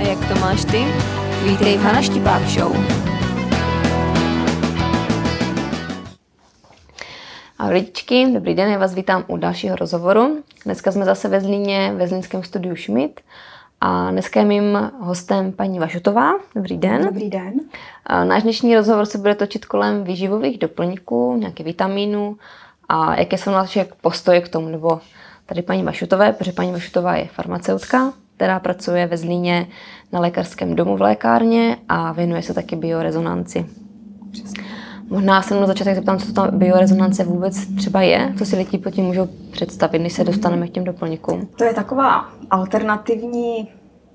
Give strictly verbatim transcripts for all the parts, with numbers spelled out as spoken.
jak to máš ty? Vítej v Hana Štipák Show. Ahoj lidičky, dobrý den, já vás vítám u dalšího rozhovoru. Dneska jsme zase ve Zlíně, ve zlínském studiu Schmidt a dneska je mým hostem paní Vašutová. Dobrý den. Dobrý den. Náš dnešní rozhovor se bude točit kolem výživových doplňků, nějaké vitamínů a jaké jsou naše postoje k tomu, nebo tady paní Vašutové, protože paní Vašutová je farmaceutka, která pracuje ve Zlíně na lékařském domu v lékárně a věnuje se taky biorezonanci. Přesně. Možná se na začátek zeptám, co ta biorezonance vůbec třeba je, co si lidi pod tím můžou představit, když se dostaneme k těm doplňkům. To je taková alternativní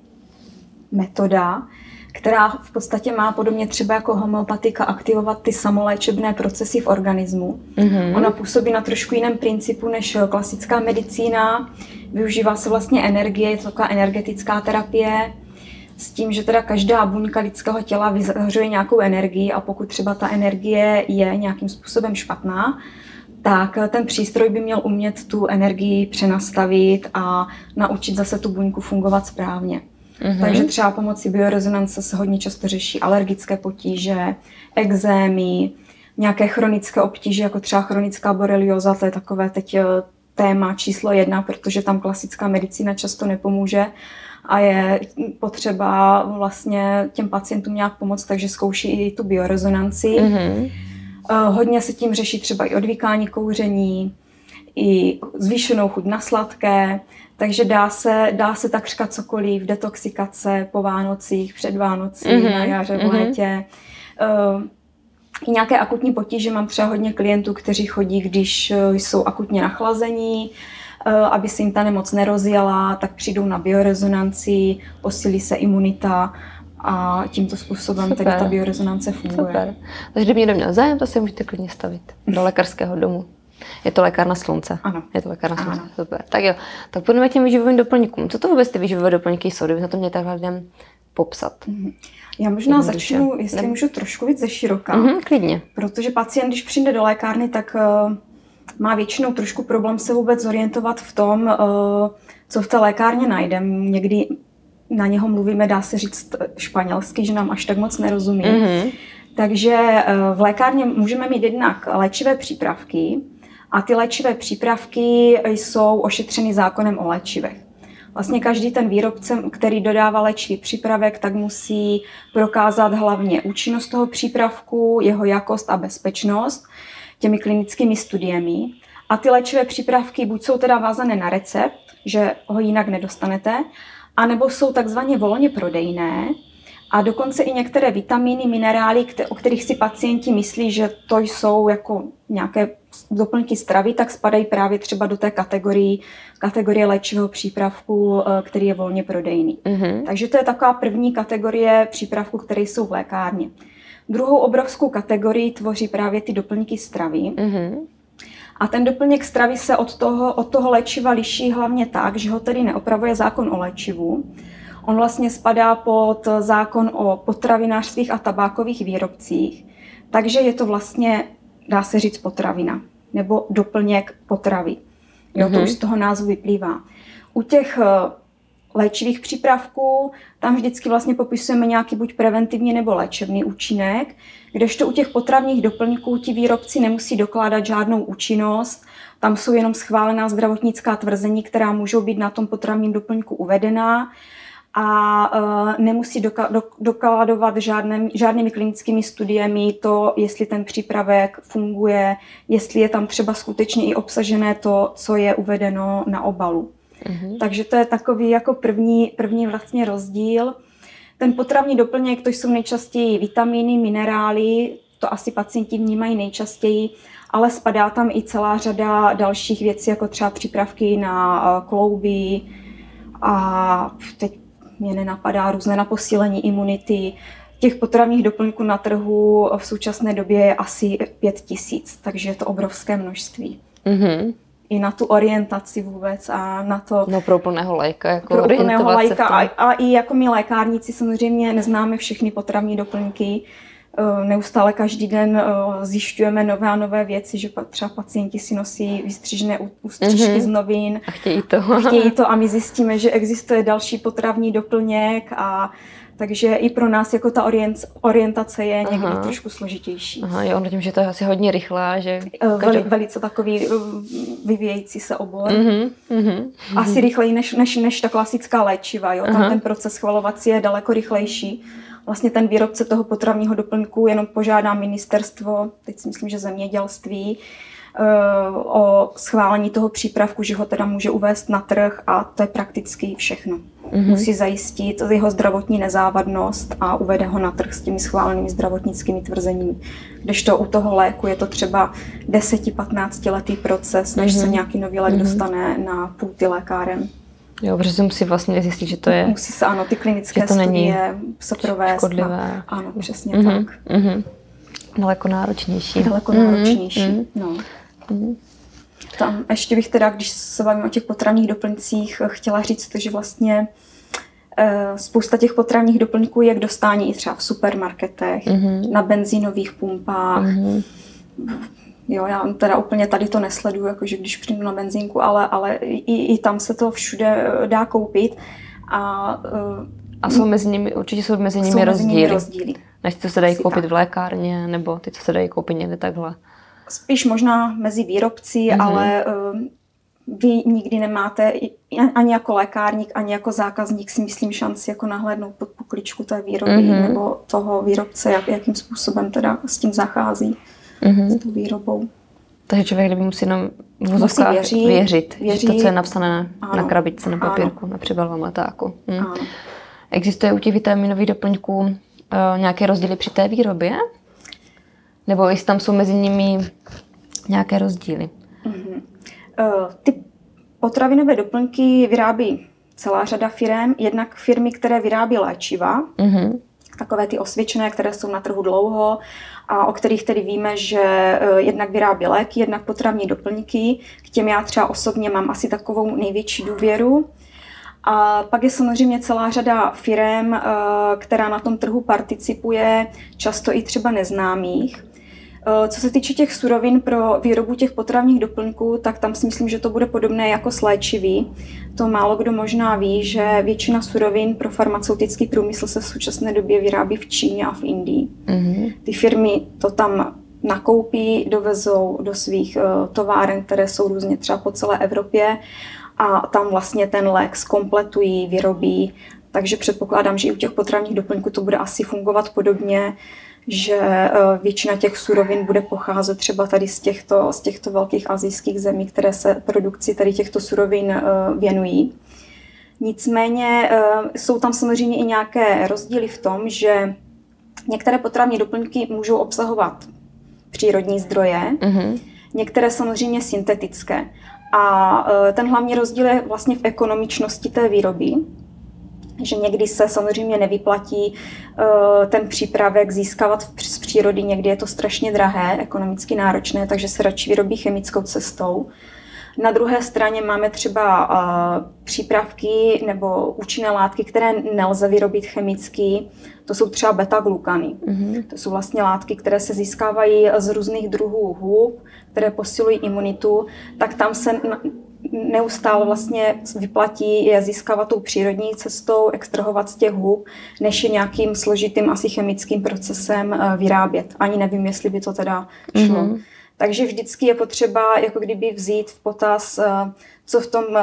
metoda, která v podstatě má podobně třeba jako homeopatika aktivovat ty samoléčebné procesy v organismu. Mm-hmm. Ona působí na trošku jiném principu než klasická medicína. Využívá se vlastně energie, je to taková energetická terapie, s tím, že teda každá buňka lidského těla vyzařuje nějakou energii a pokud třeba ta energie je nějakým způsobem špatná, tak ten přístroj by měl umět tu energii přenastavit a naučit zase tu buňku fungovat správně. Mm-hmm. Takže třeba pomocí biorezonance se hodně často řeší alergické potíže, ekzémy, nějaké chronické obtíže, jako třeba chronická borelioza, to je takové teď téma číslo jedna, protože tam klasická medicína často nepomůže a je potřeba vlastně těm pacientům nějak pomoct, takže zkouší i tu biorezonanci. Mm-hmm. Hodně se tím řeší třeba i odvykání kouření, i zvýšenou chuť na sladké, takže dá se, dá se takřka cokoliv, detoxikace po Vánocích, před Vánocí, mm-hmm. na jaře, v létě. Uh, I nějaké akutní potíže, mám třeba hodně klientů, kteří chodí, když jsou akutně nachlazení, uh, aby se jim ta nemoc nerozjela, tak přijdou na biorezonanci, posílí se imunita a tímto způsobem Super. tedy ta biorezonance funguje. Super. Takže kdyby někdo měl zájem, to si můžete klidně stavit do lékařského domu. Je to lékárna Slunce. Ano. Je to lékárna Slunce. Ano. Super. Tak jo, tak půjdeme k těm výživovým doplňkům. Co to vůbec ty výživové doplňky jsou? Kdyby na to mě takhle lidem popsat. Já možná Jednoduše. začnu, jestli ne... můžu trošku víc ze široka. Mm-hmm, klidně. Protože pacient, když přijde do lékárny, tak uh, má většinou trošku problém se vůbec zorientovat v tom, uh, co v té lékárně najdeme. Někdy na něho mluvíme, dá se říct španělsky, že nám až tak moc nerozumí. Mm-hmm. Takže uh, v lékárně můžeme mít jednak léčivé přípravky a ty léčivé přípravky jsou ošetřeny zákonem o léčivech. Vlastně každý ten výrobce, který dodává léčivý přípravek, tak musí prokázat hlavně účinnost toho přípravku, jeho jakost a bezpečnost těmi klinickými studiemi. A ty léčivé přípravky buď jsou teda vázané na recept, že ho jinak nedostanete, anebo jsou takzvaně volně prodejné a dokonce i některé vitamíny, minerály, o kterých si pacienti myslí, že to jsou jako nějaké doplňky stravy, tak spadají právě třeba do té kategorie, kategorie léčivého přípravku, který je volně prodejný. Mm-hmm. Takže to je taková první kategorie přípravků, které jsou v lékárně. Druhou obrovskou kategorii tvoří právě ty doplňky stravy. Mm-hmm. A ten doplněk stravy se od toho, od toho léčiva liší hlavně tak, že ho tedy neopravuje zákon o léčivu. On vlastně spadá pod zákon o potravinářských a tabákových výrobcích, takže je to vlastně, dá se říct, potravina nebo doplněk potravy. Jo, to mm-hmm. už z toho názvu vyplývá. U těch léčivých přípravků tam vždycky vlastně popisujeme nějaký buď preventivní nebo léčebný účinek, kdežto u těch potravních doplňků ti výrobci nemusí dokládat žádnou účinnost, tam jsou jenom schválená zdravotnická tvrzení, která můžou být na tom potravním doplňku uvedená a uh, nemusí doka- do- dokladovat žádným, žádnými klinickými studiemi to, jestli ten přípravek funguje, jestli je tam třeba skutečně i obsažené to, co je uvedeno na obalu. Mm-hmm. Takže to je takový jako první, první vlastně rozdíl. Ten potravní doplněk, to jsou nejčastěji vitamíny, minerály, to asi pacienti vnímají nejčastěji, ale spadá tam i celá řada dalších věcí, jako třeba přípravky na klouby a teď mě nenapadá různé na posílení imunity. Těch potravních doplňků na trhu v současné době je asi pět tisíc, takže je to obrovské množství. Mm-hmm. I na tu orientaci vůbec a na to... No pro úplného léka, jako pro orientovat léka se v tom. A, a i jako my lékárníci samozřejmě neznáme všechny potravní doplňky, Neustále každý den zjišťujeme nové a nové věci, že třeba pacienti si nosí vystřižené ústřižky mm-hmm. z novin. A chtějí to. A chtějí to a my zjistíme, že existuje další potravní doplněk a takže i pro nás jako ta orientace je někdy Aha. trošku složitější. Aha, jo, tím, že to je asi hodně rychlé, že... Veli, velice takový vyvíjející se obor. Mm-hmm, mm-hmm. Asi rychleji než, než, než ta klasická léčiva. Jo? Tam ten proces schvalovací je daleko rychlejší. Vlastně ten výrobce toho potravního doplňku jenom požádá ministerstvo, teď si myslím, že zemědělství, o schválení toho přípravku, že ho teda může uvést na trh a to je prakticky všechno. Mm-hmm. Musí zajistit jeho zdravotní nezávadnost a uvede ho na trh s těmi schválenými zdravotnickými tvrzeními. Kdežto u toho léku je to třeba deset až patnáct letý proces, než mm-hmm. se nějaký nový lék mm-hmm. dostane na pulty lékáren. Jo, protože se musí vlastně zjistit, že to je... Musí se, ano, ty klinické to studie se provést. Škodlivé. Na, ano, přesně mm-hmm. tak. Mm-hmm. Daleko náročnější. Daleko náročnější, mm-hmm. no. Mm-hmm. Tam ještě bych teda, když se bavím o těch potravních doplňcích, chtěla říct, že vlastně e, spousta těch potravních doplňků je k dostání i třeba v supermarketech, mm-hmm. na benzínových pumpách. Mm-hmm. Jo, já teda úplně tady to nesleduju, jakože když přijdu na benzínku, ale, ale i, i tam se to všude dá koupit. A, a jsou mezi nimi, určitě jsou mezi nimi jsou rozdíly. Mezi nimi rozdíly. Než ty, co se dají Asi koupit tak. v lékárně, nebo ty, co se dají koupit někde takhle. Spíš možná mezi výrobci, mm-hmm. ale uh, vy nikdy nemáte ani jako lékárník, ani jako zákazník si myslím šanci jako nahlédnout pod pokličku té výroby mm-hmm. nebo toho výrobce, jak, jakým způsobem teda s tím zachází, mm-hmm. s tou výrobou. Takže člověk kdyby musí jenom v musí věřit, věřit, věřit, že to, co je napsané ano, na krabičce, na papírku, ano. na přibalovém letáku. Hm. Existuje u těch vitaminových doplňků uh, nějaké rozdíly při té výrobě? Nebo jestli tam jsou mezi nimi nějaké rozdíly? Mm-hmm. Uh, ty potravinové doplňky vyrábí celá řada firem. Jednak firmy, které vyrábí léčiva, mm-hmm. takové ty osvědčené, které jsou na trhu dlouho a o kterých tedy víme, že uh, jednak vyrábí léky, jednak potravní doplňky. K těm já třeba osobně mám asi takovou největší důvěru. A pak je samozřejmě celá řada firem, uh, která na tom trhu participuje, často i třeba neznámých. Co se týče těch surovin pro výrobu těch potravních doplňků, tak tam si myslím, že to bude podobné jako s léčiví. To málo kdo možná ví, že většina surovin pro farmaceutický průmysl se v současné době vyrábí v Číně a v Indii. Mm-hmm. Ty firmy to tam nakoupí, dovezou do svých uh, továren, které jsou různě třeba po celé Evropě a tam vlastně ten lék zkompletují, vyrobí. Takže předpokládám, že i u těch potravních doplňků to bude asi fungovat podobně, že většina těch surovin bude pocházet třeba tady z těchto, z těchto velkých asijských zemí, které se produkci tady těchto surovin věnují. Nicméně jsou tam samozřejmě i nějaké rozdíly v tom, že některé potravní doplňky můžou obsahovat přírodní zdroje, mm-hmm. některé samozřejmě syntetické. A ten hlavní rozdíl je vlastně v ekonomičnosti té výroby, že někdy se samozřejmě nevyplatí uh, ten přípravek získávat z přírody, někdy je to strašně drahé, ekonomicky náročné, takže se radši vyrobí chemickou cestou. Na druhé straně máme třeba uh, přípravky nebo účinné látky, které nelze vyrobit chemicky. To jsou třeba beta-glukany. Mm-hmm. To jsou vlastně látky, které se získávají z různých druhů hub, které posilují imunitu, tak tam se neustále vlastně vyplatí je získávat tou přírodní cestou, extrahovat z těch hub, než je nějakým složitým asi chemickým procesem vyrábět. Ani nevím, jestli by to teda šlo. Mm-hmm. Takže vždycky je potřeba jako kdyby vzít v potaz, co v tom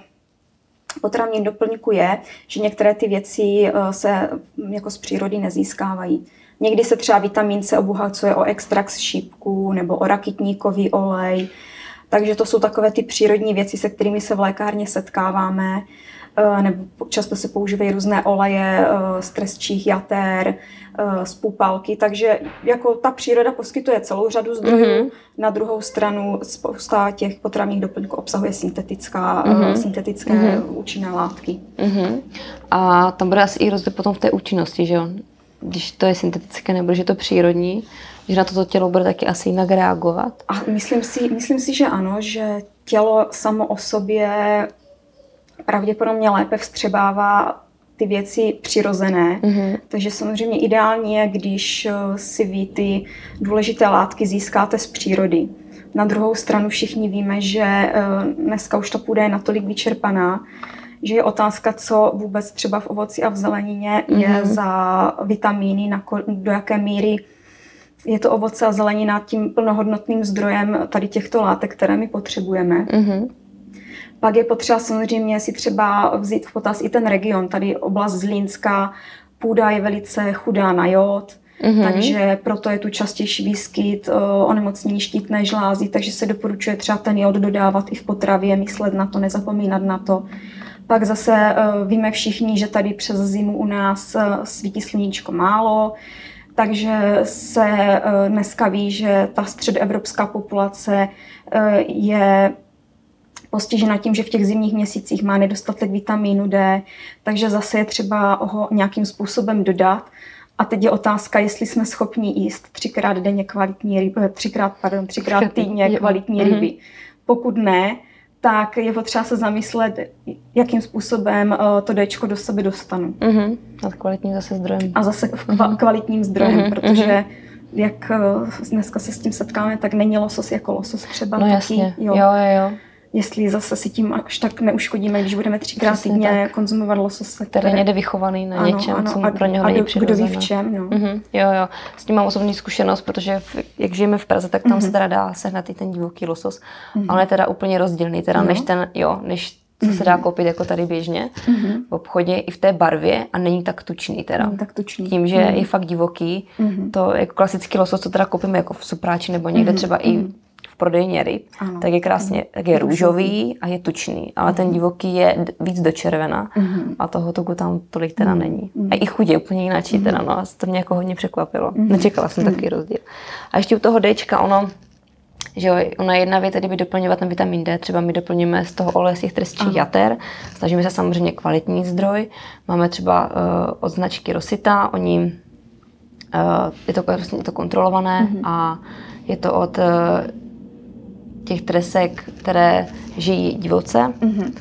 potravním doplňku je, že některé ty věci se jako z přírody nezískávají. Někdy se třeba vitamin C obohacuje o extrakt z šípků nebo o rakitníkový olej. Takže to jsou takové ty přírodní věci, se kterými se v lékárně setkáváme. Nebo často se používají různé oleje z trestčích jater, z pupalky. Takže jako ta příroda poskytuje celou řadu zdrojů. Mm-hmm. Na druhou stranu spousta těch potravních doplňků obsahuje syntetická, mm-hmm. syntetické mm-hmm. účinné látky. Mm-hmm. A tam bude asi i rozdíl potom v té účinnosti, že jo? Když to je syntetické nebo že je to přírodní, že na toto tělo bude taky asi jinak reagovat? A myslím si, myslím si, že ano, že tělo samo o sobě pravděpodobně lépe vstřebává ty věci přirozené. Mm-hmm. Takže samozřejmě ideální je, když si vy ty důležité látky získáte z přírody. Na druhou stranu všichni víme, že dneska už ta půda je natolik vyčerpaná, že je otázka, co vůbec třeba v ovoci a v zelenině mm-hmm. je za vitamíny, na ko, do jaké míry je to ovoce a zelenina tím plnohodnotným zdrojem tady těchto látek, které my potřebujeme. Mm-hmm. Pak je potřeba samozřejmě si třeba vzít v potaz i ten region. Tady oblast Zlínska, půda je velice chudá na jód, mm-hmm. takže proto je tu častější výskyt uh, onemocnění štítné žlázy, takže se doporučuje třeba ten jód dodávat i v potravě, myslet na to, nezapomínat na to. Pak zase uh, víme všichni, že tady přes zimu u nás uh, svítí sluníčko málo, takže se uh, dneska ví, že ta středoevropská populace uh, je postižena tím, že v těch zimních měsících má nedostatek vitamínu D, takže zase je třeba ho nějakým způsobem dodat. A teď je otázka, jestli jsme schopni jíst třikrát denně kvalitní ryby, třikrát, pardon, třikrát týdně kvalitní ryby. Mm-hmm. Pokud ne, tak je potřeba se zamyslet, jakým způsobem to Dčko do sebe dostanu. Mm-hmm. A kvalitním zase zdrojem. A zase kva- kvalitním zdrojem, mm-hmm. protože jak dneska se s tím setkáme, tak není losos jako losos třeba. No taky, jasně, jo. jo, jo, jo. Jestli zase si tím až tak neuškodíme, když budeme třikrát Přesně týdně tak. konzumovat losos. Který je někde vychovaný na ano, něčem, ano, co a, pro něho a není do, přirozené. Kdo ví v čem, no. Mm-hmm, jo, jo. S tím mám osobní zkušenost, protože v, jak žijeme v Praze, tak tam mm-hmm. se teda dá sehnat i ten divoký losos. Mm-hmm. A on je teda úplně rozdílný, teda no. než ten, jo, než co mm-hmm. se dá koupit jako tady běžně mm-hmm. v obchodě i v té barvě a není tak tučný teda. Není tak tučný. Tím, že mm-hmm. je fakt divoký, mm-hmm. to jako klasický losos, co teda koupíme jako v supráči nebo někde mm-hmm. třeba mm-hmm. i v prodejně ryb, ano. tak je krásně, tak je růžový a je tučný, ale mm-hmm. ten divoký je víc do červena mm-hmm. a toho tuku tam tolik teda mm-hmm. není. A i chuť je úplně jináčí mm-hmm. teda, no a to mě jako hodně překvapilo. Mm-hmm. Nečekala jsem mm-hmm. takový rozdíl. A ještě u toho Dčka, ono, že jo, ona jedna věc, kdyby doplňovat ten vitamin D, třeba my doplňujeme z toho olej z těch trestčích jater, snažíme se samozřejmě kvalitní zdroj, máme třeba uh, od značky Rosita, oni, uh, je to, vlastně je to kontrolované mm-hmm. a je to od uh, těch tresek, které žijí divoce mm-hmm.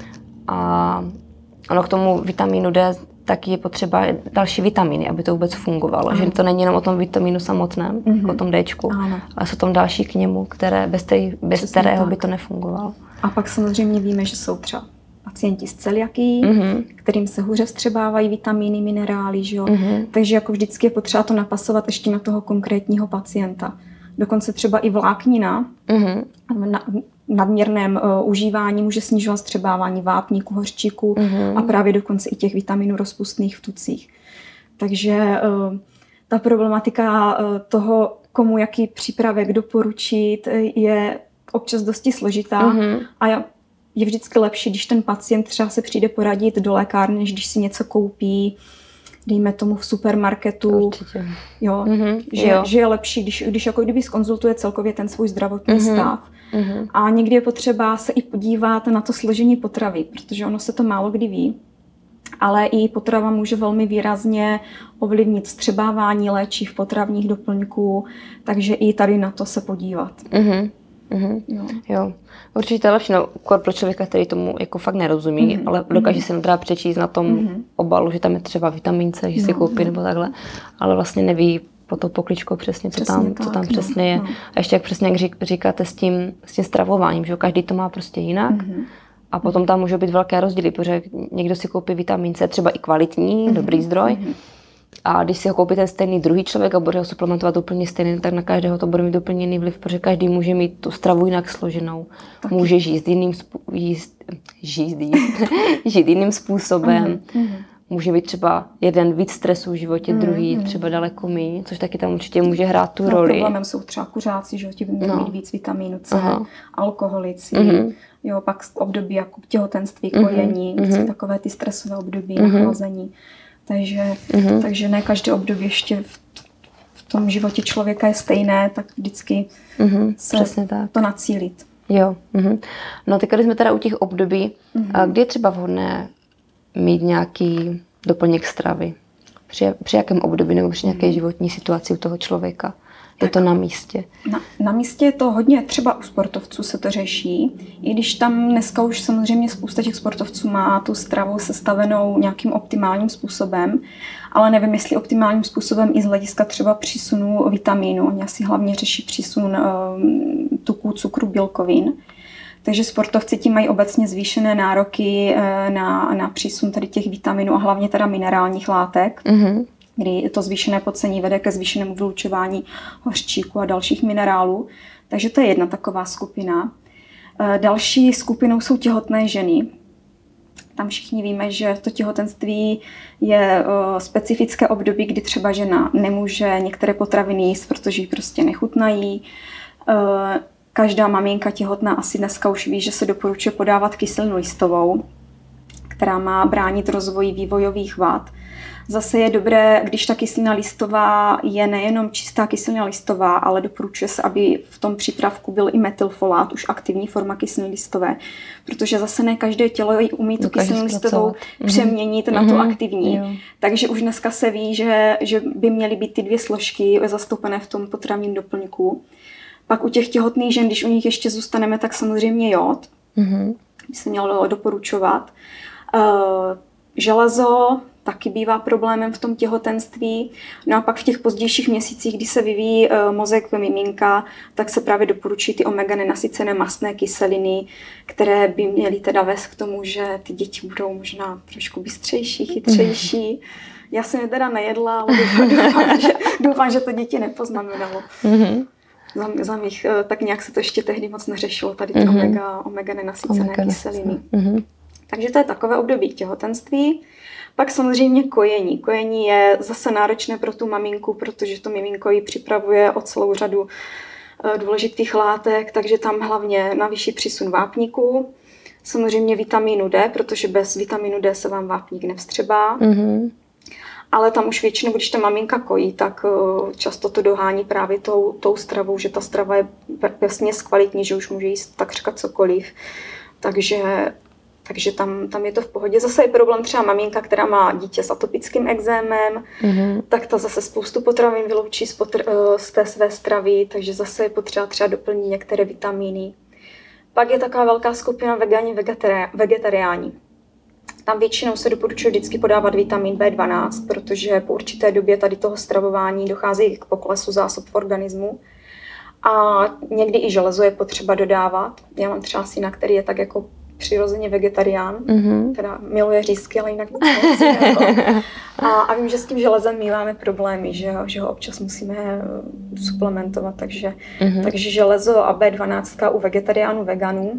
a ono k tomu vitamínu D taky je potřeba další vitamíny, aby to vůbec fungovalo. Ano. Že to není jenom o tom vitamínu samotném, mm-hmm. jako o tom Dčku, ano. ale jsou tam další k němu, které, bez, který, bez kterého tak. by to nefungovalo. A pak samozřejmě víme, že jsou třeba pacienti s celiakií, mm-hmm. kterým se hůře vstřebávají vitamíny, minerály, že jo? Mm-hmm. Takže jako vždycky je potřeba to napasovat ještě na toho konkrétního pacienta. Dokonce třeba i vláknina mm-hmm. na nadměrném uh, užívání může snižovat vstřebávání vápníku, hořčíku mm-hmm. a právě dokonce i těch vitaminů rozpustných v tucích. Takže uh, ta problematika uh, toho, komu jaký přípravek doporučit, je občas dosti složitá mm-hmm. a je vždycky lepší, když ten pacient třeba se přijde poradit do lékárny, než když si něco koupí, dejme tomu v supermarketu. Určitě. Jo, mm-hmm, že, jo. že je lepší, když, když jako kdyby zkonzultuje celkově ten svůj zdravotní mm-hmm. stav. Mm-hmm. A někdy je potřeba se i podívat na to složení potravy, protože ono se to málo kdy ví. Ale i potrava může velmi výrazně ovlivnit vstřebávání léčiv, potravních doplňků, takže i tady na to se podívat. Mm-hmm. Mm-hmm. Jo. jo, určitě je lepší, no, pro člověka, který tomu jako fakt nerozumí, mm-hmm. ale dokáže si třeba přečíst na tom mm-hmm. obalu, že tam je třeba vitamin C, že no, si koupí no. nebo takhle, ale vlastně neví po tou pokličkou přesně, co přesně tam, tak, co tam no, přesně je. No. A ještě jak přesně jak řík, říkáte s tím, s tím stravováním, že každý to má prostě jinak mm-hmm. a potom tam může být velké rozdíly, protože někdo si koupí vitamin C, třeba i kvalitní, mm-hmm. dobrý zdroj, mm-hmm. a když si ho koupí ten stejný druhý člověk a bude ho suplementovat úplně stejný, tak na každého to bude mít úplně jiný vliv, protože každý může mít tu stravu jinak složenou. Taky. Může žít jiným, spů- jíst, žít, jíst, žít jiným způsobem. Mm. Může být třeba jeden víc stresu v životě, mm. druhý mm. třeba daleko méně, což taky tam určitě může hrát tu no, roli. Problémem jsou třeba kuřáci, že ti by měli no. mít víc vitamínu C, Aha. alkoholici, mm-hmm. jo, pak období jako těhotenství, kojení, mm-hmm. takové ty stresové období, mm-hmm. nachlazení. Takže, mm-hmm. takže ne každé období ještě v, v tom životě člověka je stejné, tak vždycky mm-hmm. se tak. to nacílit. Jo. Mm-hmm. No teď, když jsme teda u těch období, mm-hmm. kdy je třeba vhodné mít nějaký doplněk stravy? Při, při jakém období nebo při nějaké mm-hmm. životní situaci u toho člověka? Je to na místě? Na, na místě je to hodně, třeba u sportovců se to řeší, i když tam dneska už samozřejmě spousta těch sportovců má tu stravu sestavenou nějakým optimálním způsobem, ale nevím, jestli optimálním způsobem i z hlediska třeba přísunu vitamínu. Oni asi hlavně řeší přísun um, tuků, cukru, bílkovin. Takže sportovci tím mají obecně zvýšené nároky na, na přísun tady těch vitaminů a hlavně teda minerálních látek, mm-hmm. kdy to zvýšené podcení vede ke zvýšenému vylučování hořčíku a dalších minerálů. Takže to je jedna taková skupina. Další skupinou jsou těhotné ženy. Tam všichni víme, že to těhotenství je specifické období, kdy třeba žena nemůže některé potraviny jíst, protože jí prostě nechutnají. Každá maminka těhotná asi dneska už ví, že se doporučuje podávat kyselinu listovou, která má bránit rozvoji vývojových vad. Zase je dobré, když ta kyselina listová je nejenom čistá kyselina listová, ale doporučuje se, aby v tom přípravku byl i metylfolát, už aktivní forma kyseliny listové, protože zase ne každé tělo umí tu kyselinu listovou přeměnit mm-hmm. na tu aktivní. Jo. Takže už dneska se ví, že, že by měly být ty dvě složky zastoupené v tom potravním doplňku. Pak u těch těhotných žen, když u nich ještě zůstaneme, tak samozřejmě jód, mm-hmm. by se mělo doporučovat. Uh, železo taky bývá problémem v tom těhotenství. No a pak v těch pozdějších měsících, kdy se vyvíjí uh, mozek miminka, tak se právě doporučují ty omega nenasycené mastné kyseliny, které by měly teda vést k tomu, že ty děti budou možná trošku bystřejší, chytřejší. Mm-hmm. Já jsem je teda nejedla, ale doufám, že, doufám, že to děti nepoznamenalo. Mm-hmm. Za, za mých, tak nějak se to ještě tehdy moc neřešilo, tady ty mm-hmm. omega, omega nenasycené omega kyseliny. Mm-hmm. Takže to je takové období těhotenství. Pak samozřejmě kojení. Kojení je zase náročné pro tu maminku, protože to miminko ji připravuje o celou řadu důležitých látek, takže tam hlavně na vyšší přísun vápníku. Samozřejmě vitamínu D, protože bez vitamínu D se vám vápník nevstřebá. Mm-hmm. Ale tam už většinou, když ta maminka kojí, tak často to dohání právě tou, tou stravou, že ta strava je jasně kvalitní, že už může jíst takřka cokoliv. Takže, takže tam, tam je to v pohodě. Zase je problém třeba maminka, která má dítě s atopickým ekzémem, mm-hmm. tak ta zase spoustu potravin vyloučí z, potr- z té své stravy, takže zase je potřeba třeba doplnit některé vitamíny. Pak je taková velká skupina vegani, vegetari- vegetariáni. Tam většinou se doporučuje vždycky podávat vitamin bé dvanáct, protože po určité době tady toho stravování dochází k poklesu zásob v organismu. A někdy i železo je potřeba dodávat. Já mám třeba syna, který je tak jako přirozeně vegetarián, mm-hmm. teda miluje řízky, ale jinak nic moc. Jako. A, a vím, že s tím železem my máme problémy, že, že ho občas musíme suplementovat, takže, mm-hmm. takže železo a bé dvanáct u vegetariánů, veganů.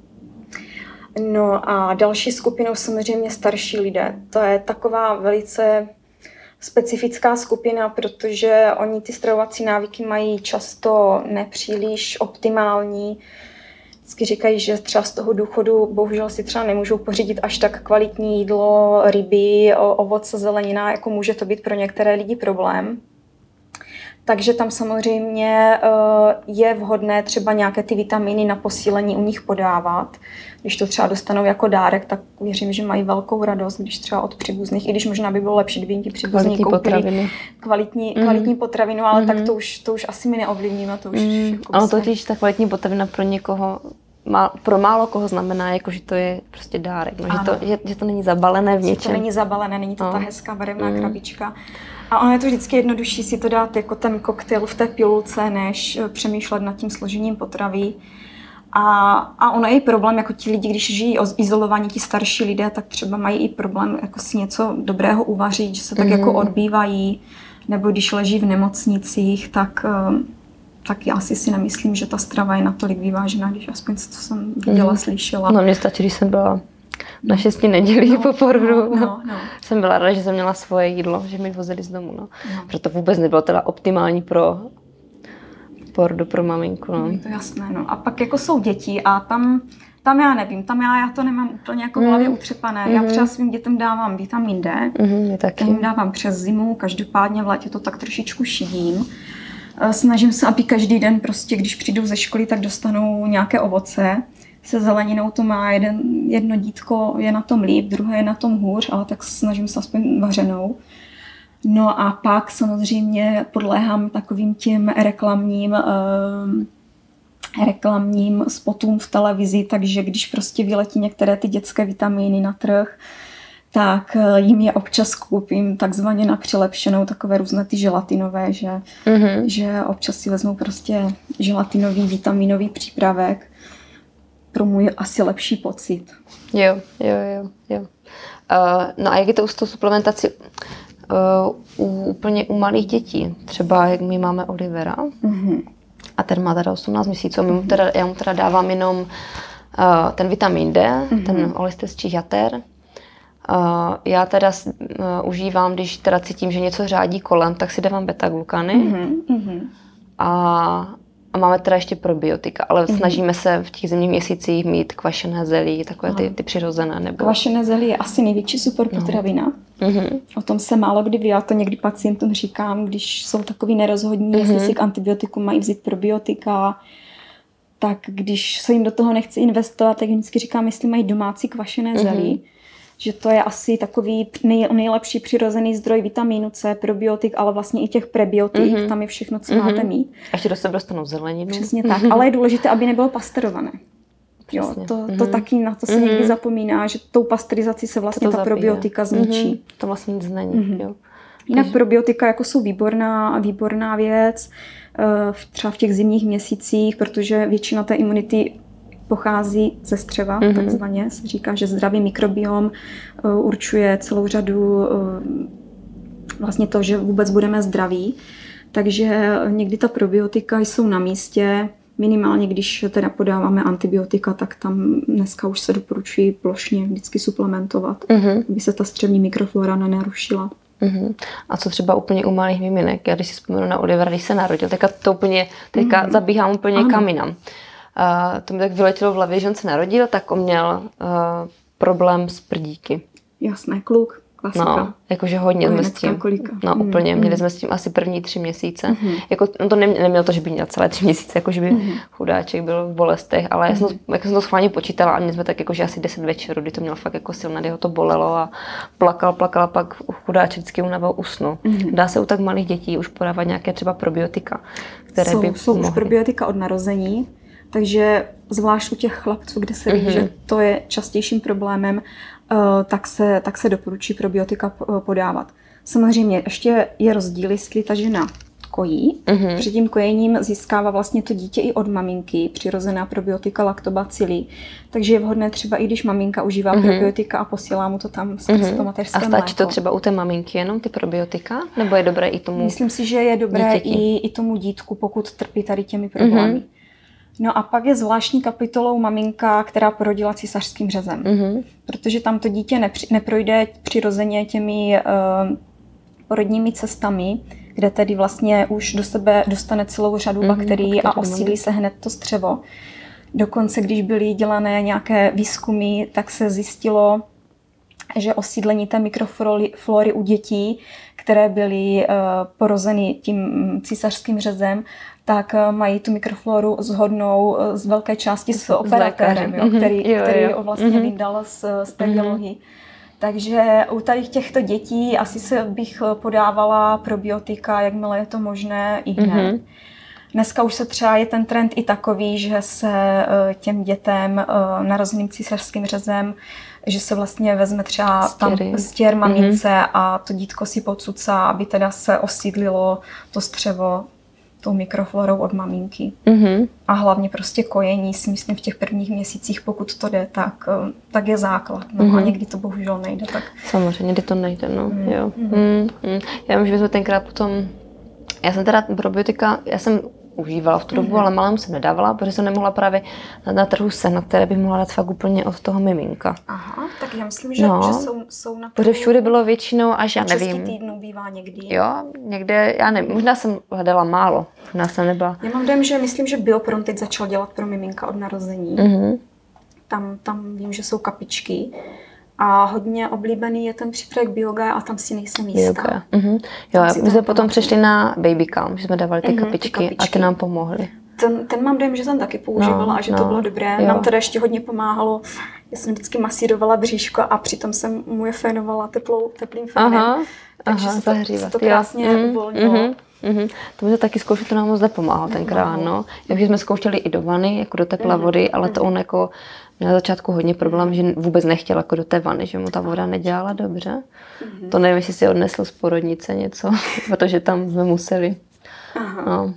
No a další skupinou samozřejmě starší lidé. To je taková velice specifická skupina, protože oni ty stravovací návyky mají často nepříliš optimální. Vždycky říkají, že třeba z toho důchodu bohužel si třeba nemůžou pořídit až tak kvalitní jídlo, ryby, ovoce, zelenina, jako může to být pro některé lidi problém. Takže tam samozřejmě je vhodné třeba nějaké ty vitamíny na posílení u nich podávat. Když to třeba dostanou jako dárek, tak věřím, že mají velkou radost, když třeba od příbuzných, i když možná by bylo lepší, kdyby jim ti příbuzní koupili potraviny. kvalitní, mm. kvalitní potravinu, ale mm. tak to už, to už asi my neovlivníme. To už mm. jako ale totiž ta kvalitní potravina pro někoho, má, pro málo koho znamená, jako, že to je prostě dárek, no, že, to, že, že to není zabalené v něčem. To není zabalené, není to no. ta hezká barevná mm. krabička. A ono je to vždycky jednodušší si to dát jako ten koktejl v té pilulce, než přemýšlet nad tím složením potravy. A, a ono je i problém, jako ti lidi, když žijí izolovaní, ti starší lidé, tak třeba mají i problém jako si něco dobrého uvařit, že se tak mm. jako odbývají, nebo když leží v nemocnicích, tak, tak já si si nemyslím, že ta strava je natolik vyvážená, když aspoň co jsem viděla, mm. slyšela. No, mě stačí, když jsem byla na šesti nedělí no, po porodu. No, no, no. Jsem byla ráda, že jsem měla svoje jídlo, že mi vozili z domu. No. No. Proto vůbec nebylo teda optimální pro porodu pro maminku. No. Je to jasné. No. A pak jako jsou děti a tam, tam já nevím, tam já, já to nemám úplně jako v hlavě mm. utřepané. Mm. Já třeba svým dětem dávám vitamin D, mm, taky. jim dávám přes zimu, každopádně v létě to tak trošičku šidím. Snažím se, aby každý den prostě, když přijdou ze školy, tak dostanou nějaké ovoce. Se zeleninou to má jeden, jedno dítko je na tom líp, druhé je na tom hůř, ale tak snažím se aspoň vařenou. No a pak samozřejmě podléhám takovým tím reklamním eh, reklamním spotům v televizi, takže když prostě vyletí některé ty dětské vitamíny na trh, tak jim je občas koupím takzvaně na přilepšenou, takové různé ty želatinové, že, mm-hmm. že občas si vezmou prostě želatinový vitaminový přípravek pro můj asi lepší pocit. Jo, jo, jo, jo. Uh, no a jak je to s tou suplementací uh, u, úplně u malých dětí? Třeba jak my máme Olivera mm-hmm. a ten má teda osmnáct měsíců, my mu teda, já mu teda dávám jenom uh, ten vitamin D, mm-hmm. ten olistečí jater. Uh, já teda uh, užívám, když teda cítím, že něco řádí kolem, tak si dávám beta-glukany mm-hmm. a, a máme teda ještě probiotika, ale mm-hmm. snažíme se v těch zimních měsících mít kvašené zelí, takové ty, ty přirozené. Nebo... Kvašené zelí je asi největší superpotravina. No. Mm-hmm. O tom se málo kdy ví, já to někdy pacientům říkám, když jsou takový nerozhodní, mm-hmm. jestli si k antibiotiku mají vzít probiotika, tak když se jim do toho nechce investovat, tak vždycky říkám, jestli mají domácí kvašené mm-hmm. zelí, že to je asi takový nej, nejlepší přirozený zdroj vitamínu C, probiotik, ale vlastně i těch prebiotik, mm-hmm. tam je všechno, co mm-hmm. máte mít. A ještě do sebe dostanou zeleninu. Přesně tak, ale je důležité, aby nebylo pasteurované. Jo, to, mm-hmm. to taky na to se mm-hmm. někdy zapomíná, že tou pasterizací se vlastně ta probiotika zničí. Mm-hmm. To vlastně nic není. Mm-hmm. Jo. Jinak Takže... probiotika jako jsou výborná, výborná věc, třeba v těch zimních měsících, protože většina té imunity pochází ze střeva, mm-hmm. takzvaně se říká, že zdravý mikrobiom uh, určuje celou řadu uh, vlastně to, že vůbec budeme zdraví. Takže někdy ta probiotika jsou na místě, minimálně když teda podáváme antibiotika, tak tam dneska už se doporučují plošně vždycky suplementovat, mm-hmm. aby se ta střevní mikroflora nenarušila. Mm-hmm. A co třeba úplně u malých miminek? Já když si vzpomenu na Olivera, když se narodil, teďka to úplně, teďka mm-hmm. zabíhám úplně ano. kam jinam. Uh, to mi tak vyletělo v hlavě, že on se narodil, tak on měl uh, problém s prdíky. Jasné, kluk, klasika. No, jakože hodně jsme s tím. Kolika. No mm. úplně, měli mm. jsme s tím asi první tři měsíce. Mm. Jako, on to neměl, neměl to, že by měl celé tři měsíce, jako že by mm. chudáček byl v bolestech, ale mm. já, jsem to, jak jsem to schválně počítala a měli jsme tak jako, že asi deset večerů, kdy to měl fakt jako silné, kdy ho to bolelo a plakal, plakal a pak chudáček vždycky unaval usnul. Mm. Dá se u tak malých dětí už podávat nějaké třeba probiotika, které jsou, by jsou mohly. Už probiotika od narození. Takže zvlášť u těch chlapců, kde se ví, mm-hmm. že to je častějším problémem, tak se, tak se doporučí probiotika podávat. Samozřejmě ještě je rozdíl, jestli ta žena kojí. Mm-hmm. Před tím kojením získává vlastně to dítě i od maminky přirozená probiotika laktobacilí. Takže je vhodné třeba i když maminka užívá mm-hmm. probiotika a posílá mu to tam skrz mm-hmm. to mateřské mléko. A stačí to třeba u té maminky jenom ty probiotika? Nebo je dobré i tomu Myslím si, že je dobré i, i tomu dítku, pokud trpí tady těmi problémy. Mm-hmm. No a pak je zvláštní kapitolou maminka, která porodila císařským řezem. Mm-hmm. Protože tam to dítě nepři, neprojde přirozeně těmi uh, porodními cestami, kde tedy vlastně už do sebe dostane celou řadu mm-hmm, bakterií a osídlí se hned to střevo. Dokonce, když byly dělané nějaké výzkumy, tak se zjistilo, že osídlení té mikroflory u dětí, které byly uh, porozeny tím císařským řezem, tak mají tu mikrofloru shodnou z velké části s operatérem, jo, který, jo, který jo. vlastně mm-hmm. vyndal z, z té dělohy. Mm-hmm. Takže u tady těchto dětí asi se bych podávala probiotika, jakmile je to možné, i hned. Mm-hmm. Dneska už se třeba je ten trend i takový, že se těm dětem narozeným císařským řezem, že se vlastně vezme třeba tam stěr mamince mm-hmm. a to dítko si podsucá, aby teda se osídlilo to střevo tou mikroflorou od maminky. Mm-hmm. A hlavně prostě kojení si myslím v těch prvních měsících, pokud to jde, tak, tak je základ. No mm-hmm. a někdy to bohužel nejde. Tak... Samozřejmě, někdy to nejde, no. Mm. Jo. Mm. Mm. Já vím, že jsme tenkrát potom... Já jsem teda probiotika, já jsem užívala v tu dobu, mm-hmm. ale malému jsem nedávala, protože jsem nemohla právě na, na trhu sehnat, které bych mohla dát fakt úplně od toho miminka. Aha, tak já myslím, že, no, že jsou, jsou na trhu... Protože všude bylo většinou, až já nevím. šesti týdnů bývá někdy. Jo, někde, já nevím, možná jsem hledala málo, možná jsem nebyla. Já mám dojem, že myslím, že Biopron teď začal dělat pro miminka od narození. Mm-hmm. Tam, tam vím, že jsou kapičky. A hodně oblíbený je ten přípravek Bioga a tam si nejsem jistá. Mm-hmm. Jo, my jsme potom přešli na Baby Calm, že jsme dávali ty, mm-hmm, kapičky, ty kapičky a ty nám pomohly. Ten, ten mám dojem, že jsem taky používala no, a že no, to bylo dobré. Jo. Nám teda ještě hodně pomáhalo, Já jsem vždycky masírovala bříško a přitom jsem mu je fénovala teplou, teplým fénem. Aha, takže aha, se to, se to krásně mm, uvolnilo. Mm, mm, to může taky zkoušet, to nám moc nepomáhalo tenkrát, no. Takže jsme zkoušeli i do vany, jako do teplé mm, vody, ale to on jako měl na začátku hodně problém, že vůbec nechtěl jako do té vany, že mu ta voda nedělala dobře. Mm. To nevím, jestli si odnesl z porodnice něco, protože tam jsme museli. Aha. No.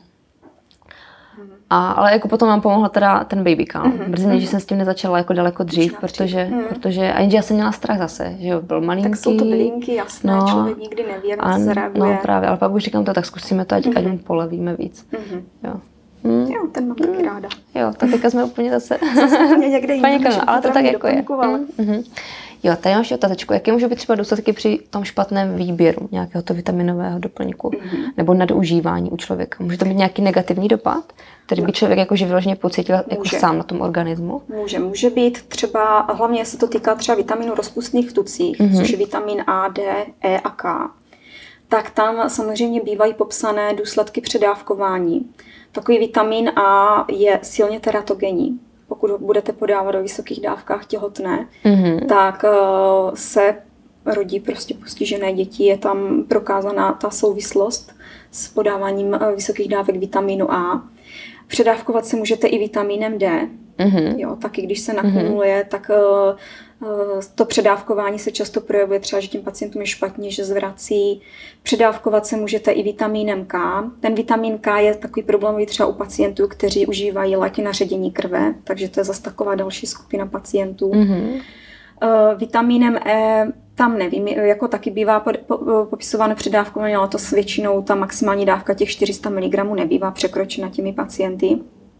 A, ale jako potom nám pomohla teda ten baby calm. Mm-hmm. Mrzí mě, že jsem s tím nezačala jako daleko dřív, protože, mm. protože a jenže já jsem měla strach zase, že jo, byl malinký. Tak jsou to bylinky, jasné, no, člověk nikdy neví, jak to zareaguje. No právě, ale pak už říkám to, tak zkusíme to, ať, mm-hmm. ať mu polevíme víc. Mm-hmm. Jo. Mm. Jo, ten mám taky ráda. Jo, tak teďka jsme úplně zase... Zase úplně někde jinde, ale to tak jako je. Mm-hmm. Jo, tady mám ještě otázečku, jaké můžou být třeba důsledky při tom špatném výběru nějakého to vitaminového doplňku mm-hmm. nebo nadužívání u člověka? Může to mít nějaký negativní dopad, který by člověk jakože vyloženě pocítil jako sám na tom organismu? Může, může být třeba, hlavně se to týká třeba vitaminu rozpustných v tucích, mm-hmm. což je vitamin A, D, E a K. Tak tam samozřejmě bývají popsané důsledky předávkování. Takový vitamin A je silně teratogenní. Pokud budete podávat do vysokých dávkách těhotné, mm-hmm. tak uh, se rodí prostě postižené děti. Je tam prokázaná ta souvislost s podáváním uh, vysokých dávek vitamínu A. Předávkovat se můžete i vitamínem D. Mm-hmm. Jo, taky když se nakumuluje, mm-hmm. tak uh, to předávkování se často projevuje třeba, že tím pacientům je špatně, že zvrací. Předávkovat se můžete i vitamínem K. Ten vitamin K je takový problémový třeba u pacientů, kteří užívají léky na ředění krve, takže to je zase taková další skupina pacientů. Mm-hmm. Uh, vitamínem E tam nevím, jako taky bývá popisováno předávkování, ale to s většinou ta maximální dávka těch čtyři sta miligramů nebývá překročena těmi pacienty.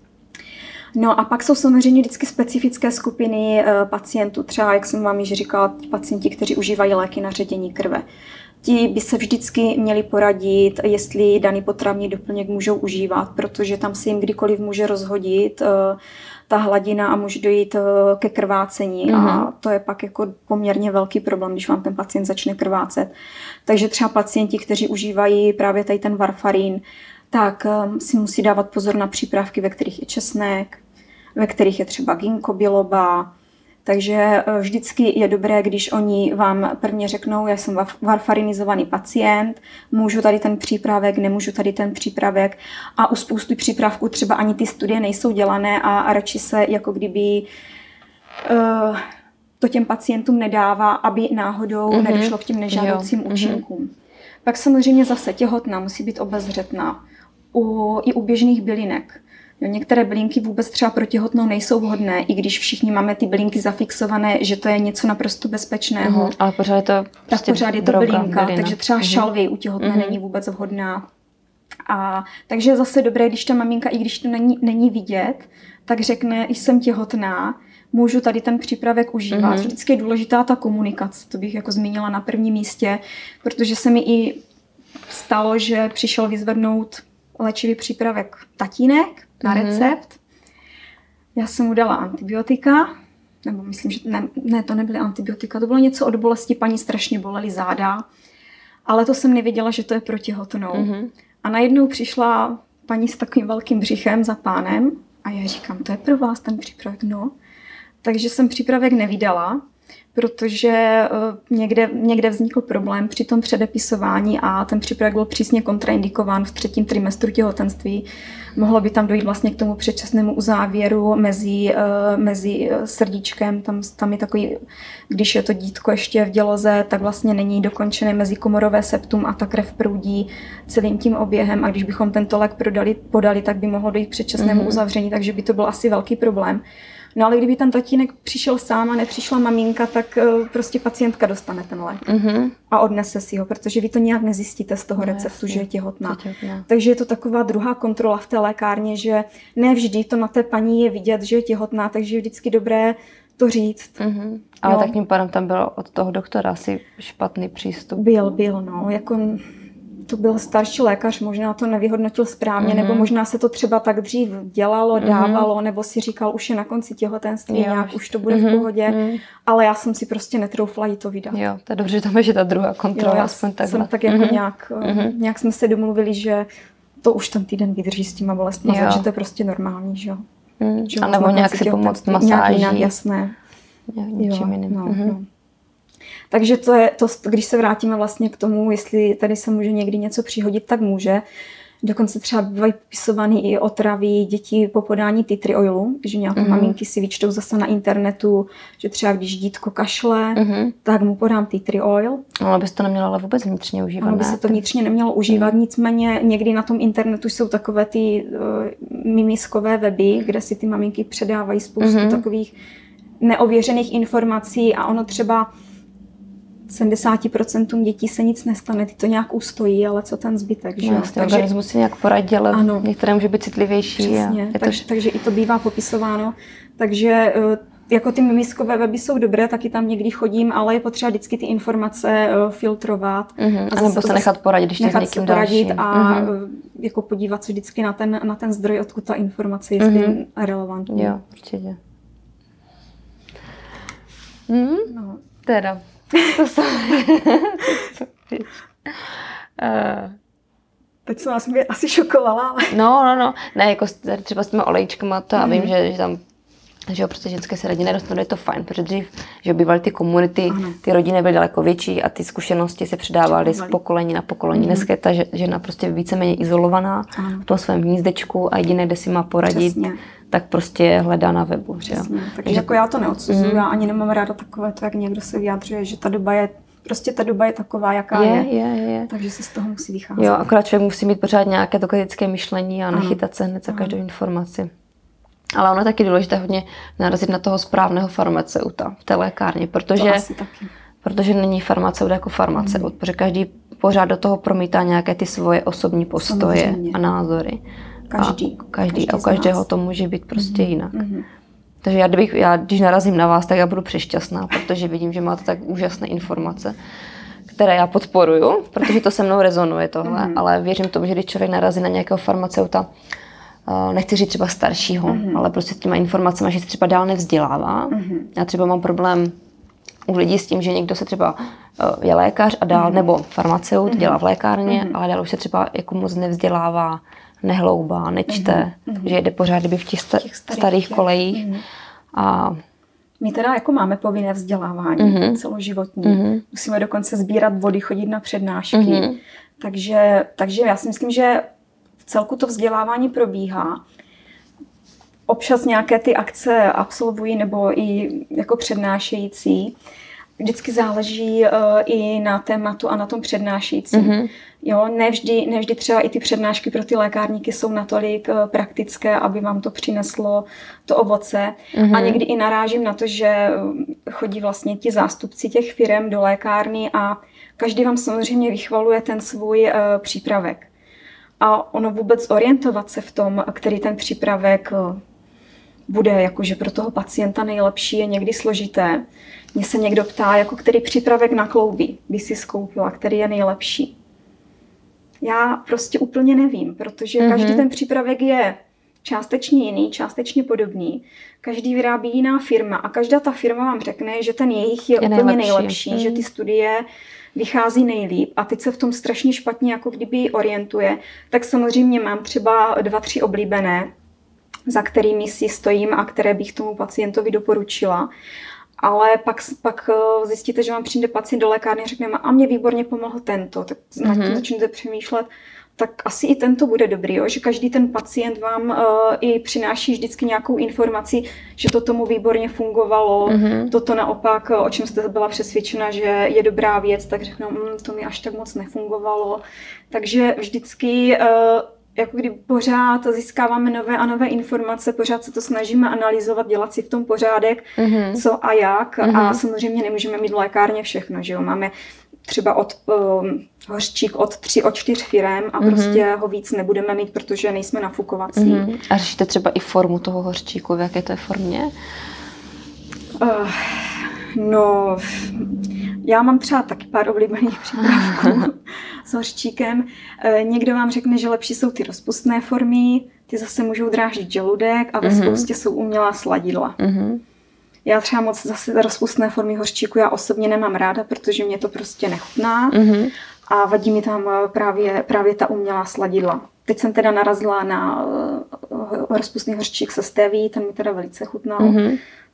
No a pak jsou samozřejmě vždycky specifické skupiny e, pacientů, třeba, jak jsem vám již říkala, pacienti, kteří užívají léky na ředění krve. Ti by se vždycky měli poradit, jestli daný potravní doplněk můžou užívat, protože tam se jim kdykoliv může rozhodit e, ta hladina a může dojít e, ke krvácení. Mm-hmm. A to je pak jako poměrně velký problém, když vám ten pacient začne krvácet. Takže třeba pacienti, kteří užívají právě tady ten varfarin, tak e, si musí dávat pozor na přípravky, ve kterých je česnek, ve kterých je třeba ginkgo biloba. Takže vždycky je dobré, když oni vám prvně řeknou, já jsem varfarinizovaný pacient, můžu tady ten přípravek, nemůžu tady ten přípravek. A u spousty přípravků třeba ani ty studie nejsou dělané a, a radši se jako kdyby uh, to těm pacientům nedává, aby náhodou mm-hmm. nedošlo k těm nežádoucím jo. účinkům. Mm-hmm. Pak samozřejmě zase těhotná musí být obezřetná. U, I u běžných bylinek. Jo, některé bylinky vůbec třeba pro těhotnou nejsou vhodné, i když všichni máme ty bylinky zafixované, že to je něco naprosto bezpečného. Mm-hmm, ale pořád je to prostě tak pořád je to droga, bylinka, bylina. Takže třeba mm-hmm. šalvěj u těhotné mm-hmm. není vůbec vhodná. A takže je zase dobré, když ta maminka, i když to není, není vidět, tak řekne, jsem těhotná, můžu tady ten přípravek užívat. Mm-hmm. Vždycky je důležitá ta komunikace, to bych jako zmínila na prvním místě, protože se mi i stalo, že přišel vyzvednout léčivý přípravek tatínek na recept. Mm-hmm. Já jsem mu dala antibiotika, nebo myslím, že ne, ne, to nebyly antibiotika, to bylo něco od bolesti, paní strašně bolely záda, ale to jsem nevěděla, že to je pro těhotnou. Mm-hmm. A najednou přišla paní s takovým velkým břichem za pánem a já říkám, to je pro vás ten přípravek, no. Takže jsem přípravek nevydala, protože někde, někde vznikl problém při tom předepisování a ten přípravek byl přísně kontraindikován v třetím trimestru těhotenství. Mohlo by tam dojít vlastně k tomu předčasnému uzávěru mezi, mezi srdíčkem, tam, tam je takový, když je to dítko ještě v děloze, tak vlastně není dokončené mezikomorové septum a ta krev proudí celým tím oběhem a když bychom tento lék podali, podali, tak by mohlo dojít k předčasnému mm-hmm. uzavření, takže by to byl asi velký problém. No ale kdyby ten tatínek přišel sám a nepřišla maminka, tak uh, prostě pacientka dostane ten lék mm-hmm. a odnese si ho, protože vy to nějak nezjistíte z toho no, receptu, jasně. že je těhotná. těhotná. Takže je to taková druhá kontrola v té lékárně, že ne vždy to na té paní je vidět, že je těhotná, takže je vždycky dobré to říct. Mm-hmm. Ale no. tak tím pádem tam byl od toho doktora asi špatný přístup. Byl, byl, no. Jako... To byl starší lékař, možná to nevyhodnotil správně, mm-hmm. nebo možná se to třeba tak dřív dělalo, dávalo, mm-hmm. nebo si říkal, už je na konci těhotenství, jo. nějak už to bude mm-hmm. v pohodě, mm-hmm. ale já jsem si prostě netroufla jí to vydat. Jo, to je dobře, že tam je ta druhá kontrola, jo, aspoň takhle. Jsem tak jako mm-hmm. nějak, mm-hmm. nějak jsme se domluvili, že to už ten týden vydrží s těma bolestmi, že to je prostě normální, že jo. Mm. A nebo nějak si pomoct masáží. Nějak jinak, jasné. něčím jiným. No, mm-hmm. no. Takže to je, to, když se vrátíme vlastně k tomu, jestli tady se může někdy něco přihodit, tak může. Dokonce třeba bývají popisované i otravy dětí po podání tea tree oilu, že nějaké mm-hmm. maminky si vyčtou zase na internetu, že třeba když dítko kašle, mm-hmm. tak mu podám tea tree oil. Ono by se to nemělo ale vůbec vnitřně užívat. Ono by se to vnitřně nemělo užívat, mm. nicméně někdy na tom internetu jsou takové ty uh, mimiskové weby, kde si ty maminky předávají spoustu mm-hmm. takových neověřených informací a ono třeba sedmdesát procent dětí se nic nestane, ty to nějak ustojí, ale co ten zbytek, že? No, takže organismus si nějak poradí, ale ano, některé může být citlivější. Přesně, a takže, to... takže i to bývá popisováno. Takže jako ty mimiskové weby jsou dobré, taky tam někdy chodím, ale je potřeba vždycky ty informace filtrovat. Uh-huh. A nebo se nechat poradit, když nechat někým se poradit dalším. a uh-huh. jako podívat se vždycky na ten, na ten zdroj, odkud ta informace je uh-huh. relevantní. Jo, určitě. Hmm? No. Teda. To jsem... uh... Teď jsem vás mě asi šokovala, ale... No, no, no. Ne, jako třeba s těma olejčkama, to já mm. vím, že, že tam že jo, prostě ženské se radě nedostanou, je to fajn, protože dřív, že bývaly ty komunity, ano. ty rodiny byly daleko větší a ty zkušenosti se předávaly z pokolení na pokolení. Mm. Dneska je ta žena prostě víceméně izolovaná ano. v tom svém hnízdečku a jediné, kde si má poradit, přesně. tak prostě hledá na webu. Přesně. Takže jako já to neodsuzuju, mm. já ani nemám ráda takové to, jak někdo se vyjadřuje, že ta doba je Prostě ta doba je taková, jaká je. je, je, je. Takže se z toho musí vycházet. Jo, akorát člověk musí mít pořád nějaké to kritické myšlení a nechytat se hned za každou informaci. Ale ono je taky důležité hodně narazit na toho správného farmaceuta v té lékárně, protože, protože není farmaceut jako farmaceut, mm. protože každý pořád do toho promítá nějaké ty svoje osobní postoje samozřejmě. A názory. Každý. A každý, každý a u každého to může být prostě mm. jinak. Mm. Takže já, kdybych, já, když narazím na vás, tak já budu přešťastná, protože vidím, že máte tak úžasné informace, které já podporuju, protože to se mnou rezonuje tohle, mm. ale věřím tomu, že když člověk narazí na nějakého farmaceuta, nechci říct třeba staršího, mm. ale prostě s těma informacemi, že se třeba dál nevzdělává. Mm. Já třeba mám problém u lidí s tím, že někdo se třeba je lékař a dál, mm. nebo farmaceut, mm. dělá v lékárně, mm. ale dál už se třeba jako moc nevzdělává, nehloubá, nečte, mm. takže jede pořád kdyby v těch, sta- těch starých, starých kolejích. Mm. A my teda jako máme povinné vzdělávání mm. celoživotní. Mm. Musíme dokonce sbírat body, chodit na přednášky. Mm. Takže, takže já si myslím, že v celku to vzdělávání probíhá. Občas nějaké ty akce absolvují nebo i jako přednášející. Vždycky záleží uh, i na tématu a na tom přednášejícím. Mm-hmm. Jo, nevždy, nevždy třeba i ty přednášky pro ty lékárníky jsou natolik uh, praktické, aby vám to přineslo to ovoce. Mm-hmm. A někdy i narážím na to, že chodí vlastně ti zástupci těch firem do lékárny a každý vám samozřejmě vychvaluje ten svůj uh, přípravek. A ono vůbec orientovat se v tom, který ten přípravek uh, bude jakože pro toho pacienta nejlepší, je někdy složité. Mně se někdo ptá, jako který přípravek na klouby by si skoupila, který je nejlepší. Já prostě úplně nevím, protože mm-hmm. každý ten přípravek je částečně jiný, částečně podobný. Každý vyrábí jiná firma a každá ta firma vám řekne, že ten jejich je, je úplně nejlepší, nejlepší mm. že ty studie vychází nejlíp a teď se v tom strašně špatně jako kdyby orientuje. Tak samozřejmě mám třeba dva, tři oblíbené, za kterými si stojím a které bych tomu pacientovi doporučila. Ale pak, pak zjistíte, že vám přijde pacient do lékárny a řekne, a mě výborně pomohl tento. Tak mm-hmm. na tím začnete přemýšlet, tak asi i tento bude dobrý, jo? Že každý ten pacient vám uh, i přináší vždycky nějakou informaci, že to tomu výborně fungovalo, mm-hmm. toto naopak, o čem jste byla přesvědčena, že je dobrá věc, tak řeknou, mm, to mi až tak moc nefungovalo. Takže vždycky uh, jako kdy pořád získáváme nové a nové informace, pořád se to snažíme analyzovat, dělat si v tom pořádek, mm-hmm. co a jak. Mm-hmm. A samozřejmě nemůžeme mít v lékárně všechno, že jo. Máme třeba od um, hořčík od tři, od čtyř firem a mm-hmm. prostě ho víc nebudeme mít, protože nejsme nafukovací. Mm-hmm. A řešíte třeba i formu toho hořčíku, v jaké to je formě? Uh, no... Já mám třeba taky pár oblíbených přípravků s hořčíkem. Někdo vám řekne, že lepší jsou ty rozpustné formy, ty zase můžou dráždit žaludek a ve mm-hmm. spoustě jsou umělá sladidla. Mm-hmm. Já třeba moc zase rozpustné formy hořčíku já osobně nemám ráda, protože mě to prostě nechutná mm-hmm. a vadí mi tam právě, právě ta umělá sladidla. Teď jsem teda narazila na rozpustný hořčík se steví, ten mi teda velice chutnal. Mm-hmm.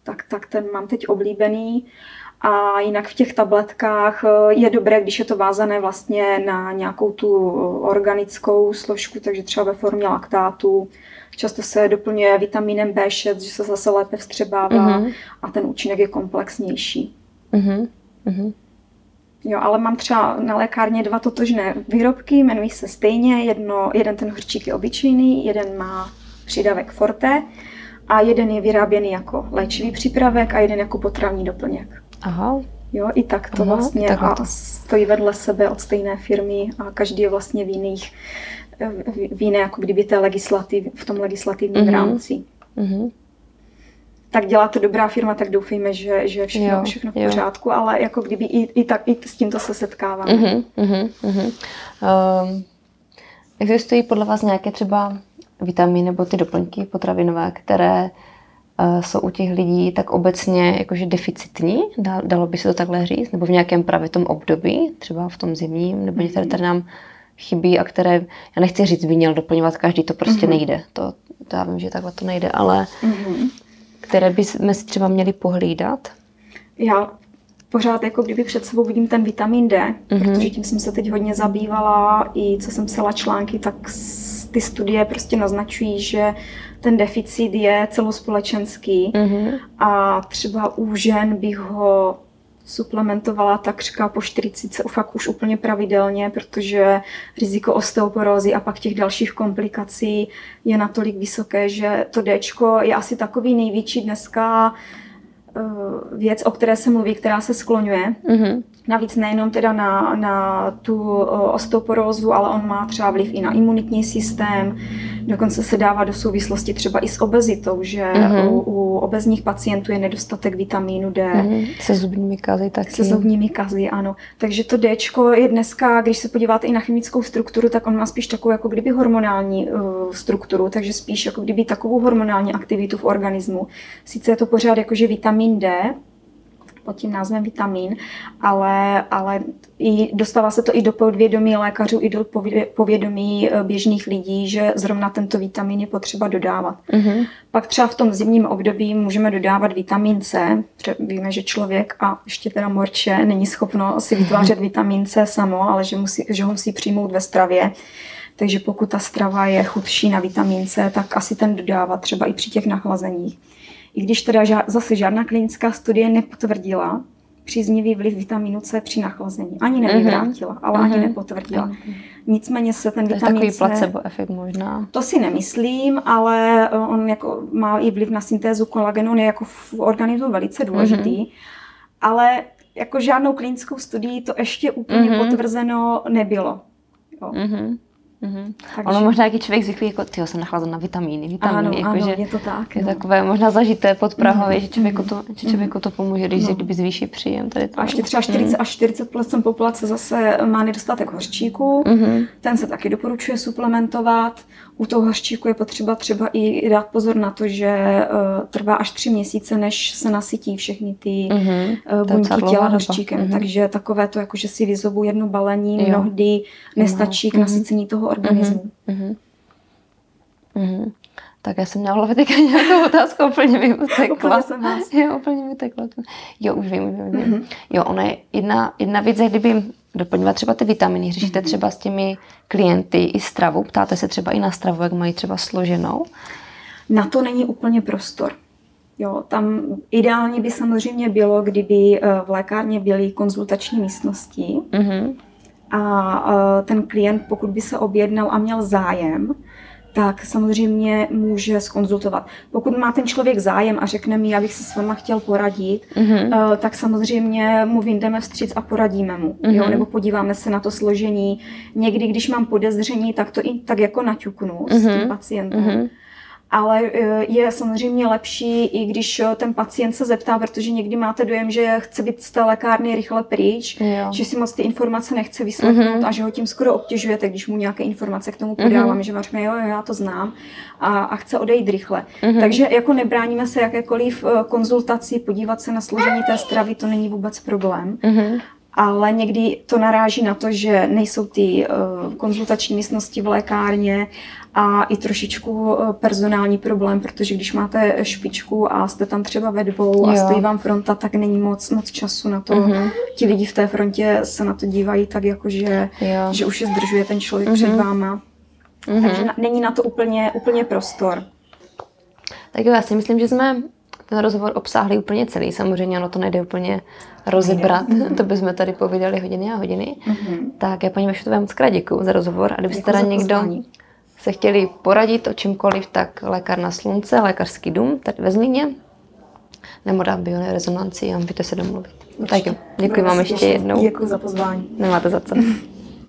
tak, tak ten mám teď oblíbený. A jinak v těch tabletkách je dobré, když je to vázané vlastně na nějakou tu organickou složku, takže třeba ve formě laktátu. Často se doplňuje vitamínem bé šest, že se zase lépe vstřebává mm-hmm. a ten účinek je komplexnější. Mm-hmm. Jo, ale mám třeba na lékárně dva totožné výrobky, jmenují se stejně. Jedno, jeden ten hrčík je obyčejný, jeden má přídavek Forte a jeden je vyráběný jako léčivý přípravek a jeden jako potravní doplněk. Aha. Jo, i tak to Aha, vlastně a to. stojí vedle sebe od stejné firmy a každý je vlastně v jiných, v jiné, jako kdyby té legislativ, v tom legislativním mm-hmm. rámci. Mm-hmm. Tak dělá to dobrá firma, tak doufejme, že, že všechno, jo, všechno v pořádku, jo. Ale jako kdyby i, i, tak, i s tímto se setkáváme. Mm-hmm, mm-hmm. Um, existují podle vás nějaké třeba vitamíny nebo ty doplňky potravinové, které uh, jsou u těch lidí tak obecně jakože deficitní, dalo by se to takhle říct, nebo v nějakém právě tom období, třeba v tom zimním, nebo některé, které nám chybí a které, já nechci říct, by měl doplňovat každý, to prostě mm-hmm. nejde. To, to já vím, že takhle to nejde, ale mm-hmm. které bychom si třeba měli pohlídat? Já pořád jako kdyby před sebou vidím ten vitamin D, mm-hmm. protože tím jsem se teď hodně zabývala, i co jsem psala články, tak ty studie prostě naznačují, že ten deficit je celospolečenský mm-hmm. a třeba u žen bych ho suplementovala takřka po čtyřicítce fakt už úplně pravidelně, protože riziko osteoporózy a pak těch dalších komplikací je natolik vysoké, že to Dčko je asi takový největší dneska věc, o které se mluví, která se skloňuje. Mm-hmm. Navíc nejenom teda na, na tu osteoporózu, ale on má třeba vliv i na imunitní systém. Dokonce se dává do souvislosti třeba i s obezitou, že mm-hmm. u, u obezních pacientů je nedostatek vitamínu D. Mm-hmm. Se zubními kazy taky. Se zubními kazy, ano. Takže to Dčko je dneska, když se podíváte i na chemickou strukturu, tak on má spíš takovou jako kdyby hormonální uh, strukturu, takže spíš jako kdyby takovou hormonální aktivitu v organismu. Sice je to pořád jakože vitamin D, pod tím názvem vitamin, ale, ale i dostává se to i do povědomí lékařů, i do povědomí běžných lidí, že zrovna tento vitamin je potřeba dodávat. Mm-hmm. Pak třeba v tom zimním období můžeme dodávat vitamin C. Víme, že člověk a ještě teda morče není schopno si vytvářet mm-hmm. vitamin C samo, ale že, musí, že ho musí přijmout ve stravě. Takže pokud ta strava je chudší na vitamin C, tak asi ten dodávat třeba i při těch nachlazeních. I když teda ža- zase žádná klinická studie nepotvrdila příznivý vliv vitamínu C při nachlazení. Ani nevyvrátila, mm-hmm. ale mm-hmm. ani nepotvrdila. Mm-hmm. Nicméně se ten vitamin C... Takový placebo efekt možná. To si nemyslím, ale on jako má i vliv na syntézu kolagenu, on je jako v organismu velice důležitý. Mm-hmm. Ale jako žádnou klinickou studii to ještě úplně mm-hmm. potvrzeno nebylo. Jo. Mm-hmm. Mm-hmm. Ono možná jaký člověk zvyklý, jako tyjo, jsem nachlazen na vitamíny, vitamíny, ano, jako, ano, že je to tak. Je no. takové možná zažité podprahově, mm-hmm. že člověku to, že člověku to pomůže, když no. kdyby zvýší příjem. Tady to. A ještě třeba čtyřicet až čtyřicet procent populace zase má nedostatek hořčíku, mm-hmm. ten se taky doporučuje suplementovat. U toho hořčíku je potřeba třeba i dát pozor na to, že uh, trvá až tři měsíce, než se nasytí všechny ty mm-hmm. uh, buňky těla hořčíkem. Mm-hmm. Takže takové to, jako že si vyzobu jedno balení, jo. mnohdy nestačí k nasycení toho organismu. Mm-hmm. Mm-hmm. Tak já jsem měla v hlavě teďka nějakou otázku, úplně mi utekla. Úplně jsem vás. Jo, úplně mi utekla. Jo, už vím, už vím. Mm-hmm. Jo, ona je jedna, jedna věc, kdyby doplňovat třeba ty vitaminy. Řešíte mm-hmm. třeba s těmi klienty i stravu? Ptáte se třeba i na stravu, jak mají třeba složenou? Na to není úplně prostor. Jo, tam ideálně by samozřejmě bylo, kdyby v lékárně byly konzultační místnosti mm-hmm. a ten klient, pokud by se objednal a měl zájem, tak samozřejmě může zkonzultovat. Pokud má ten člověk zájem a řekne mi, já bych se s váma chtěl poradit, mm-hmm. tak samozřejmě mu vyjdeme vstříc a poradíme mu. Mm-hmm. Jo? Nebo podíváme se na to složení. Někdy, když mám podezření, tak to i tak jako naťuknu mm-hmm. s tím pacientem. Mm-hmm. Ale je samozřejmě lepší, i když ten pacient se zeptá, protože někdy máte dojem, že chce být z té lékárny rychle pryč, jo. že si moc ty informace nechce vyslechnout mm-hmm. a že ho tím skoro obtěžujete, když mu nějaké informace k tomu podávám, mm-hmm. že vám řekne, jo, jo, já to znám a, a chce odejít rychle. Mm-hmm. Takže jako nebráníme se jakékoliv konzultaci, podívat se na složení té stravy, to není vůbec problém. Mm-hmm. ale někdy to naráží na to, že nejsou ty uh, konzultační místnosti v lékárně a i trošičku uh, personální problém, protože když máte špičku a jste tam třeba ve dvou a jo. stojí vám fronta, tak není moc, moc času na to. Mm-hmm. Ti lidi v té frontě se na to dívají tak, jako že, že už je zdržuje ten člověk mm-hmm. před váma. Mm-hmm. Takže na, není na to úplně, úplně prostor. Tak jo, já si myslím, že jsme ten rozhovor obsáhli úplně celý. Samozřejmě ono to nejde úplně rozebrat. Mm-hmm. To bychom tady povídali hodiny a hodiny. Mm-hmm. Tak já paní Vašutové moc krát děkuju za rozhovor. A kdybyste teda někdo se chtěli poradit o čemkoliv, tak Lékárna Slunce, lékařský dům tady ve Zlíně, nebo dát bionirezonanci a můžete se domluvit. Tak jo, děkuji vám ještě jednou. Děkuji za pozvání. Nemáte za co.